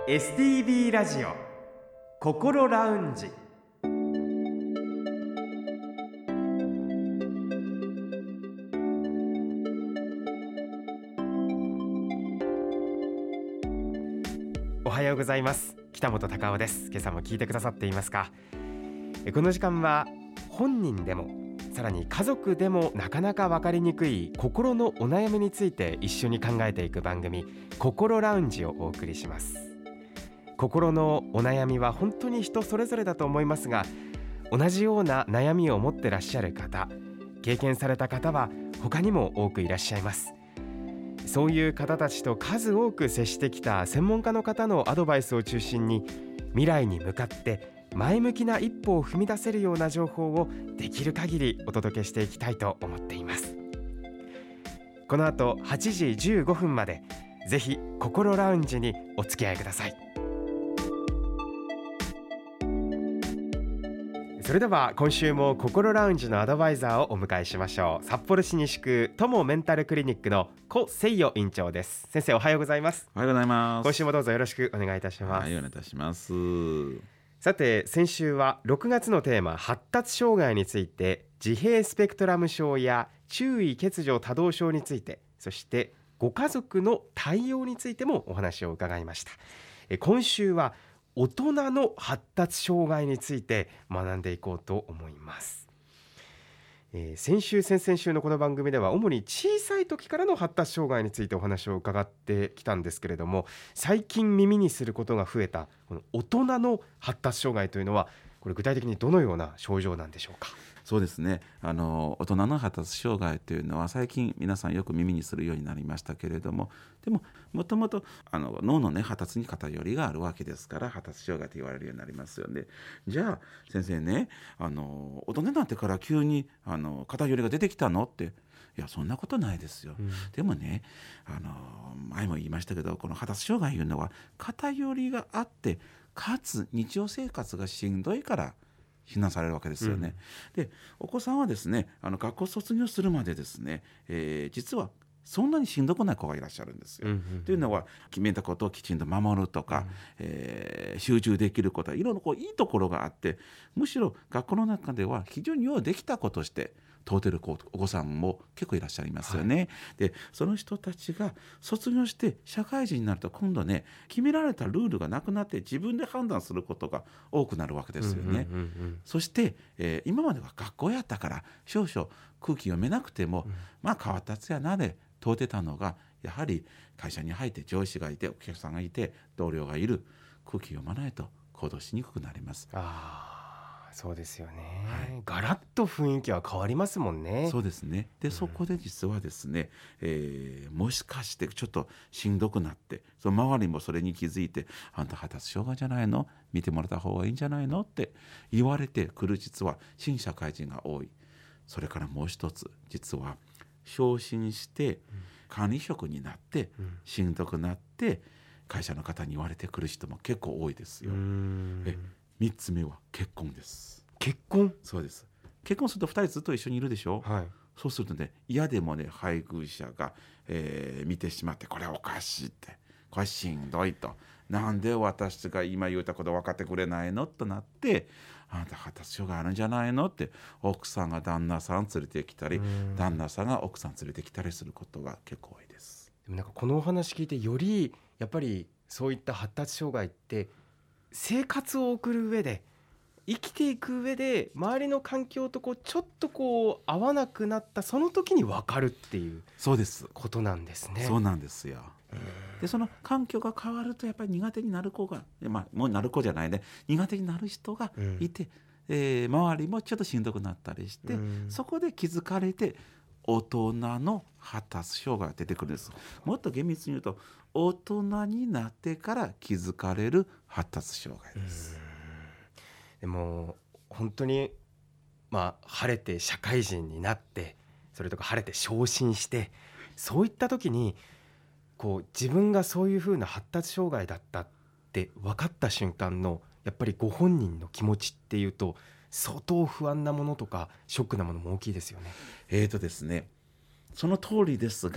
STB ラジオ心ラウンジ。おはようございます。北本隆夫です。今朝も聞いてくださっていますか？この時間は本人でもさらに家族でもなかなか分かりにくい心のお悩みについて一緒に考えていく番組、心ラウンジをお送りします。心のお悩みは本当に人それぞれだと思いますが、同じような悩みを持ってらっしゃる方、経験された方は他にも多くいらっしゃいます。そういう方たちと数多く接してきた専門家の方のアドバイスを中心に、未来に向かって前向きな一歩を踏み出せるような情報をできる限りお届けしていきたいと思っています。この後8時15分までぜひ心ラウンジにお付き合いください。それでは今週も心ラウンジのアドバイザーをお迎えしましょう。札幌市西区友メンタルクリニックの古誠代院長です。先生、おはようございます。 おはようございます。 今週もどうぞよろしくお願いいたします。 はい、お願いいたします。 さて、先週は6月のテーマ、発達障害について、自閉スペクトラム症や注意欠如多動症について、そしてご家族の対応についてもお話を伺いました。今週は大人の発達障害について学んでいこうと思います。先週先々週のこの番組では主に小さい時からの発達障害についてお話を伺ってきたんですけれども、最近耳にすることが増えたこの大人の発達障害というのは、これ具体的にどのような症状なんでしょうか？ そうですね、大人の発達障害というのは最近皆さんよく耳にするようになりましたけれども、でももともと脳の、発達に偏りがあるわけですから、発達障害と言われるようになりますよね。じゃあ先生ね、大人になってから急に偏りが出てきたのって、いやそんなことないですよ、でもね、前も言いましたけど、この発達障害というのは偏りがあって、かつ日常生活がしんどいから非難されるわけですよね。で、お子さんはですね、学校卒業するまでですね、実はそんなにしんどくない子がいらっしゃるんですよ。というのは、決めたことをきちんと守るとか、集中できることは、いろいろいいところがあって、むしろ学校の中では非常にようできた子として問うてるお子さんも結構いらっしゃいますよね。で、その人たちが卒業して社会人になると、今度ね、決められたルールがなくなって自分で判断することが多くなるわけですよね。そして、今までは学校やったから少々空気読めなくても、変わったやつやなで問うてたのが、やはり会社に入って上司がいてお客さんがいて同僚がいる、空気読まないと行動しにくくなります。 そうですよね、ガラッと雰囲気は変わりますもんね。 そうですね。で、そこで実はですね、もしかしてちょっとしんどくなって、その周りもそれに気づいて、あんた発達障害じゃないの、見てもらった方がいいんじゃないのって言われてくる、実は新社会人が多い。それからもう一つ、実は昇進して管理職になってしんどくなって会社の方に言われてくる人も結構多いですよ。3つ目は結婚です。 結婚？ そうです。結婚すると2人ずっと一緒にいるでしょ、そうするとね、嫌でもね、配偶者が、見てしまって、これおかしいって、これしんどいと、なんで私が今言ったこと分かってくれないのとなって、あなた発達障害あるんじゃないのって、奥さんが旦那さん連れてきたり、旦那さんが奥さん連れてきたりすることが結構多いです。 でもなんかこのお話聞いて、よりやっぱりそういった発達障害って生活を送る上で、生きていく上で周りの環境とちょっと合わなくなったその時に分かるっていうことなんですね。 そうなんですよ。で、その環境が変わると、やっぱり苦手になる子が、もうなる子じゃないね、苦手になる人がいて、周りもちょっとしんどくなったりして、そこで気づかれて大人の発達障害が出てくるんです。もっと厳密に言うと、大人になってから気づかれる発達障害です。 でも本当に、晴れて社会人になって、それとか晴れて昇進して、そういった時に自分がそういう風な発達障害だったって分かった瞬間の、やっぱりご本人の気持ちっていうと、相当不安なものとかショックなものも大きいですよね。 ですね、その通りですが、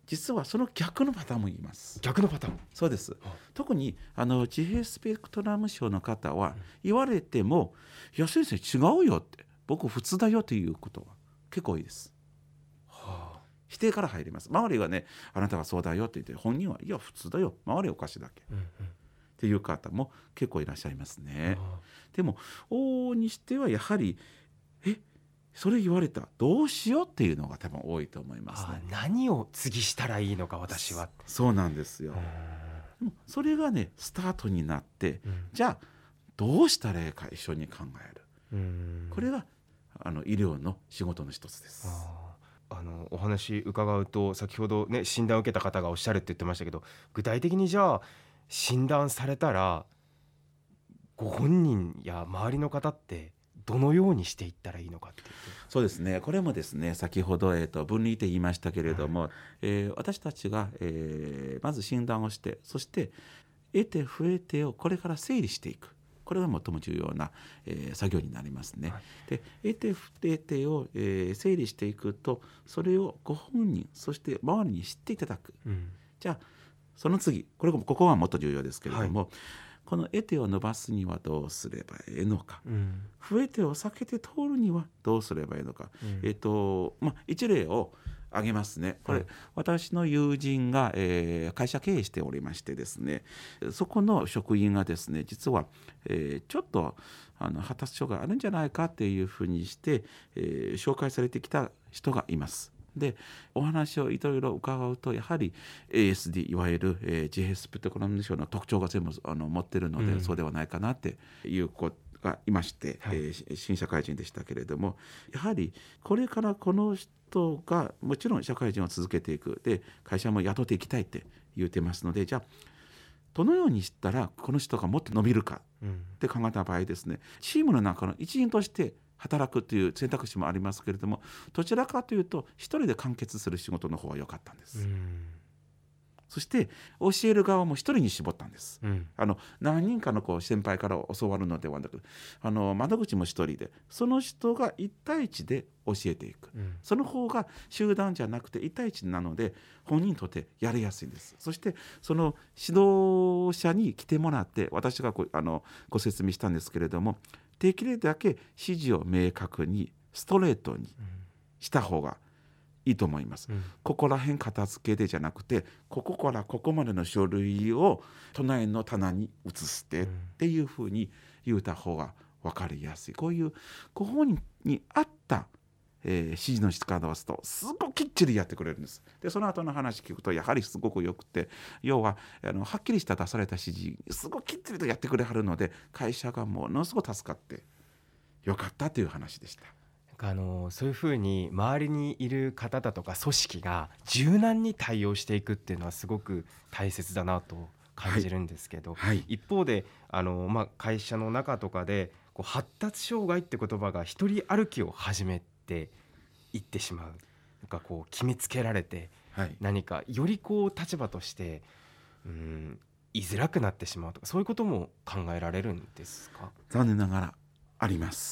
実はその逆のパターンも言います。 逆のパターン。 そうです。特に自閉スペクトラム症の方は言われても、いや先生違うよって、僕普通だよということは結構多いです。否定から入ります。周りがね、あなたはそうだよって言って、本人はいや普通だよ、周りおかしいだけ、っていう方も結構いらっしゃいますね。でも往々にしてはやはりそれ言われたどうしようっていうのが多分多いと思いますね。 何を次したらいいのか私は。 そうなんですよ。でもそれがねスタートになって、じゃあどうしたらいいか一緒に考える、これが医療の仕事の一つです。 お話伺うと、先ほどね診断を受けた方がおっしゃるって言ってましたけど、具体的にじゃあ診断されたらご本人や周りの方ってどのようにしていったらいいのかっていうと。 そうですね、これもですね先ほど、分離って言いましたけれども、私たちが、まず診断をして、そして得て不得てをこれから整理していく、これが最も重要な、作業になりますね。で得て不得てを、整理していくと、それをご本人そして周りに知っていただく、じゃあその次、ここはもっと重要ですけれども、この得てを伸ばすにはどうすればいいのか、不得てを避けて通るにはどうすればいいのか、一例を挙げますね。これ、私の友人が、会社経営しておりましてですね、そこの職員がですね、実は、ちょっと発達障害あるんじゃないかっていうふうにして、紹介されてきた人がいます。でお話をいろいろ伺うと、やはり ASD、 いわゆる、自閉スペクトラム症の特徴が全部持っているので、そうではないかなっていう子がいまして、新社会人でしたけれども、やはりこれからこの人がもちろん社会人を続けていく、で会社も雇っていきたいって言ってますので、じゃあどのようにしたらこの人がもっと伸びるかって考えた場合ですね、チームの中の一員として働くという選択肢もありますけれども、どちらかというと一人で完結する仕事の方が良かったんです。そして教える側も一人に絞ったんです。何人かの先輩から教わるのではなく、窓口も一人で、その人が1対1で教えていく、その方が集団じゃなくて1対1なので本人にとってやりやすいんです。そしてその指導者に来てもらって、私がご説明したんですけれども、できるだけ指示を明確にストレートにした方がいいと思います。ここら辺片付けでじゃなくて、ここからここまでの書類を隣の棚に移してっていうふうに言った方が分かりやすい。こういうご本人に合った、指示の仕方をするとすごくきっちりやってくれるんです。でその後の話聞くとやはりすごくよくて、要ははっきりした出された指示すごくきっちりとやってくれはるので、会社がものすごく助かってよかったという話でした。 そういうふうに周りにいる方だとか組織が柔軟に対応していくっていうのはすごく大切だなと感じるんですけど、一方で会社の中とかで発達障害って言葉が一人歩きを始めていってしまう、決めつけられて、何かより立場として居づらくなってしまうとか、そういうことも考えられるんですか？ 残念ながらあります。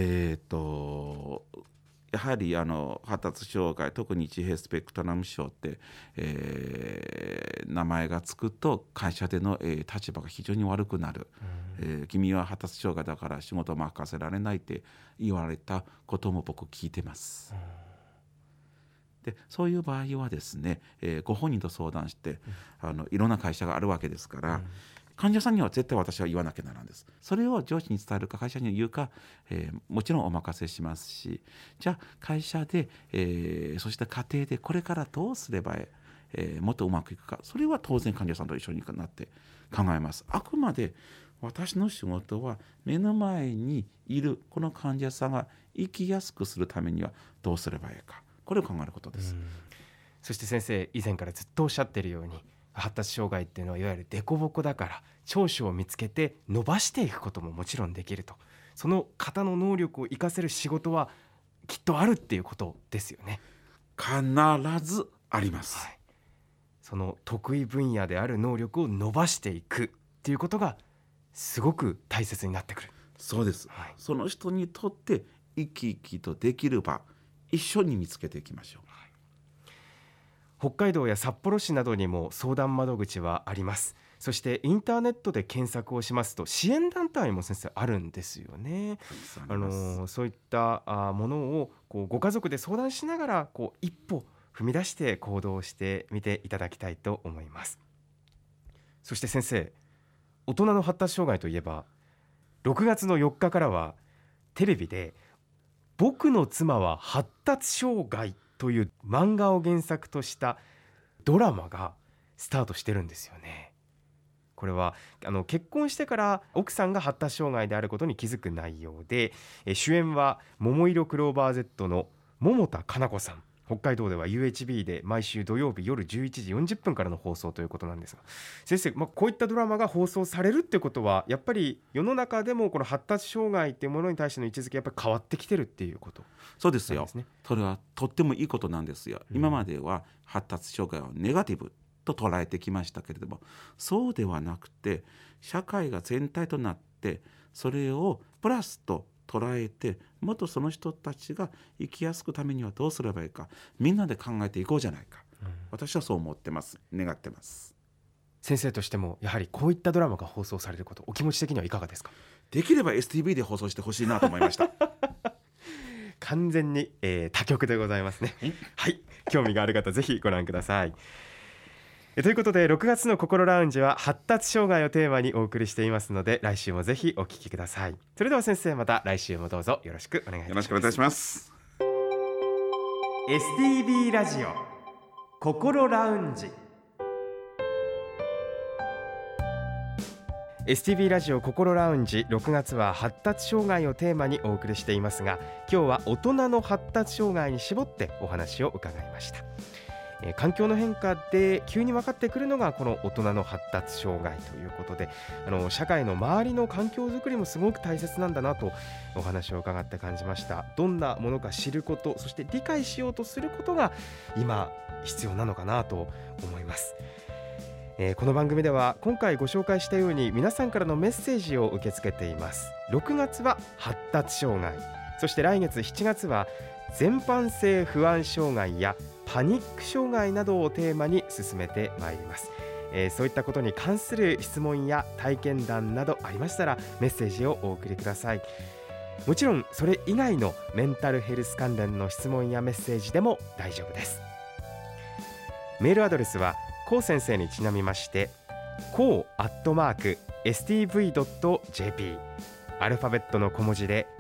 やはり発達障害、特に自閉スペクトラム症って、名前がつくと会社での、立場が非常に悪くなる、君は発達障害だから仕事を任せられないって言われたことも僕聞いてます。でそういう場合はですね、ご本人と相談して、いろんな会社があるわけですから、患者さんには絶対私は言わなきゃならんです。それを上司に伝えるか会社に言うか、もちろんお任せしますし、じゃあ会社で、そして家庭でこれからどうすれば、もっとうまくいくか、それは当然患者さんと一緒になって考えます。あくまで私の仕事は目の前にいるこの患者さんが生きやすくするためにはどうすればいいか、これを考えることです。 そして先生以前からずっとおっしゃっているように、発達障害っていうのはいわゆる凸凹だから、長所を見つけて伸ばしていくことももちろんできると、その方の能力を生かせる仕事はきっとあるっていうことですよね。 必ずあります、 その得意分野である能力を伸ばしていくっていうことがすごく大切になってくる。 そうです、その人にとって生き生きとできる場、一緒に見つけていきましょう。 北海道や札幌市などにも相談窓口はあります。そしてインターネットで検索をしますと支援団体も先生あるんですよね。そういったものをご家族で相談しながら一歩踏み出して行動してみていただきたいと思います。そして先生、大人の発達障害といえば6月の4日からはテレビで僕の妻は発達障害という漫画を原作としたドラマがスタートしてるんですよね。これは結婚してから奥さんが発達障害であることに気づく内容で、主演は桃色クローバー Z の桃田かな子さん。北海道では UHB で毎週土曜日夜11時40分からの放送ということなんですが、先生、こういったドラマが放送されるってことはやっぱり世の中でもこの発達障害っていうものに対しての位置づけやっぱり変わってきてるっていうことなんですね。 そうですよ。それはとってもいいことなんですよ。今までは発達障害をネガティブと捉えてきましたけれども、そうではなくて社会が全体となってそれをプラスと捉えて、もっとその人たちが生きやすくためにはどうすればいいか、みんなで考えていこうじゃないか、私はそう思ってます。願ってます。 先生としてもやはりこういったドラマが放送されること、お気持ち的にはいかがですか？ できれば STV で放送してほしいなと思いました完全に、他局でございますねはい、興味がある方ぜひご覧ください。ということで6月の心ラウンジは発達障害をテーマにお送りしていますので、来週もぜひお聞きください。それでは先生、また来週もどうぞよろしくお願いいたします。 よろしくお願いします。 STB ラジオ心ラウンジ。 STB ラジオ心ラウンジ、6月は発達障害をテーマにお送りしていますが、今日は大人の発達障害に絞ってお話を伺いました。環境の変化で急に分かってくるのがこの大人の発達障害ということで、社会の周りの環境づくりもすごく大切なんだなとお話を伺って感じました。どんなものか知ること、そして理解しようとすることが今必要なのかなと思います。この番組では今回ご紹介したように皆さんからのメッセージを受け付けています。6月は発達障害、そして来月7月は全般性不安障害やパニック障害などをテーマに進めてまいります。そういったことに関する質問や体験談などありましたらメッセージをお送りください。もちろんそれ以外のメンタルヘルス関連の質問やメッセージでも大丈夫です。メールアドレスはこう先生にちなみましてこう@stv.jp、 アルファベットの小文字で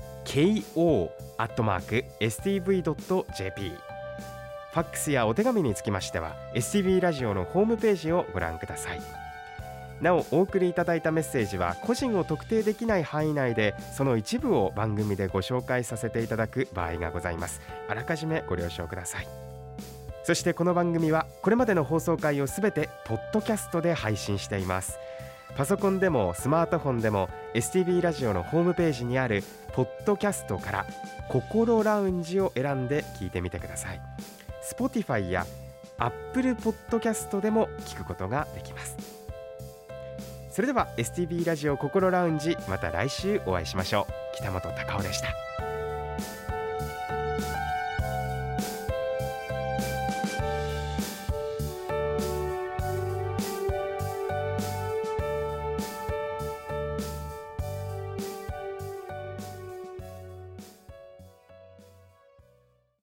ko@stv.jp。ファックスやお手紙につきましては STB ラジオのホームページをご覧ください。なお、お送りいただいたメッセージは個人を特定できない範囲内でその一部を番組でご紹介させていただく場合がございます。あらかじめご了承ください。そしてこの番組はこれまでの放送回をすべてポッドキャストで配信しています。パソコンでもスマートフォンでも STB ラジオのホームページにあるポッドキャストから心ラウンジを選んで聞いてみてください。Spotify や Apple Podcast でも聞くことができます。それでは STB ラジオ心ラウンジ、また来週お会いしましょう。北本隆夫でした。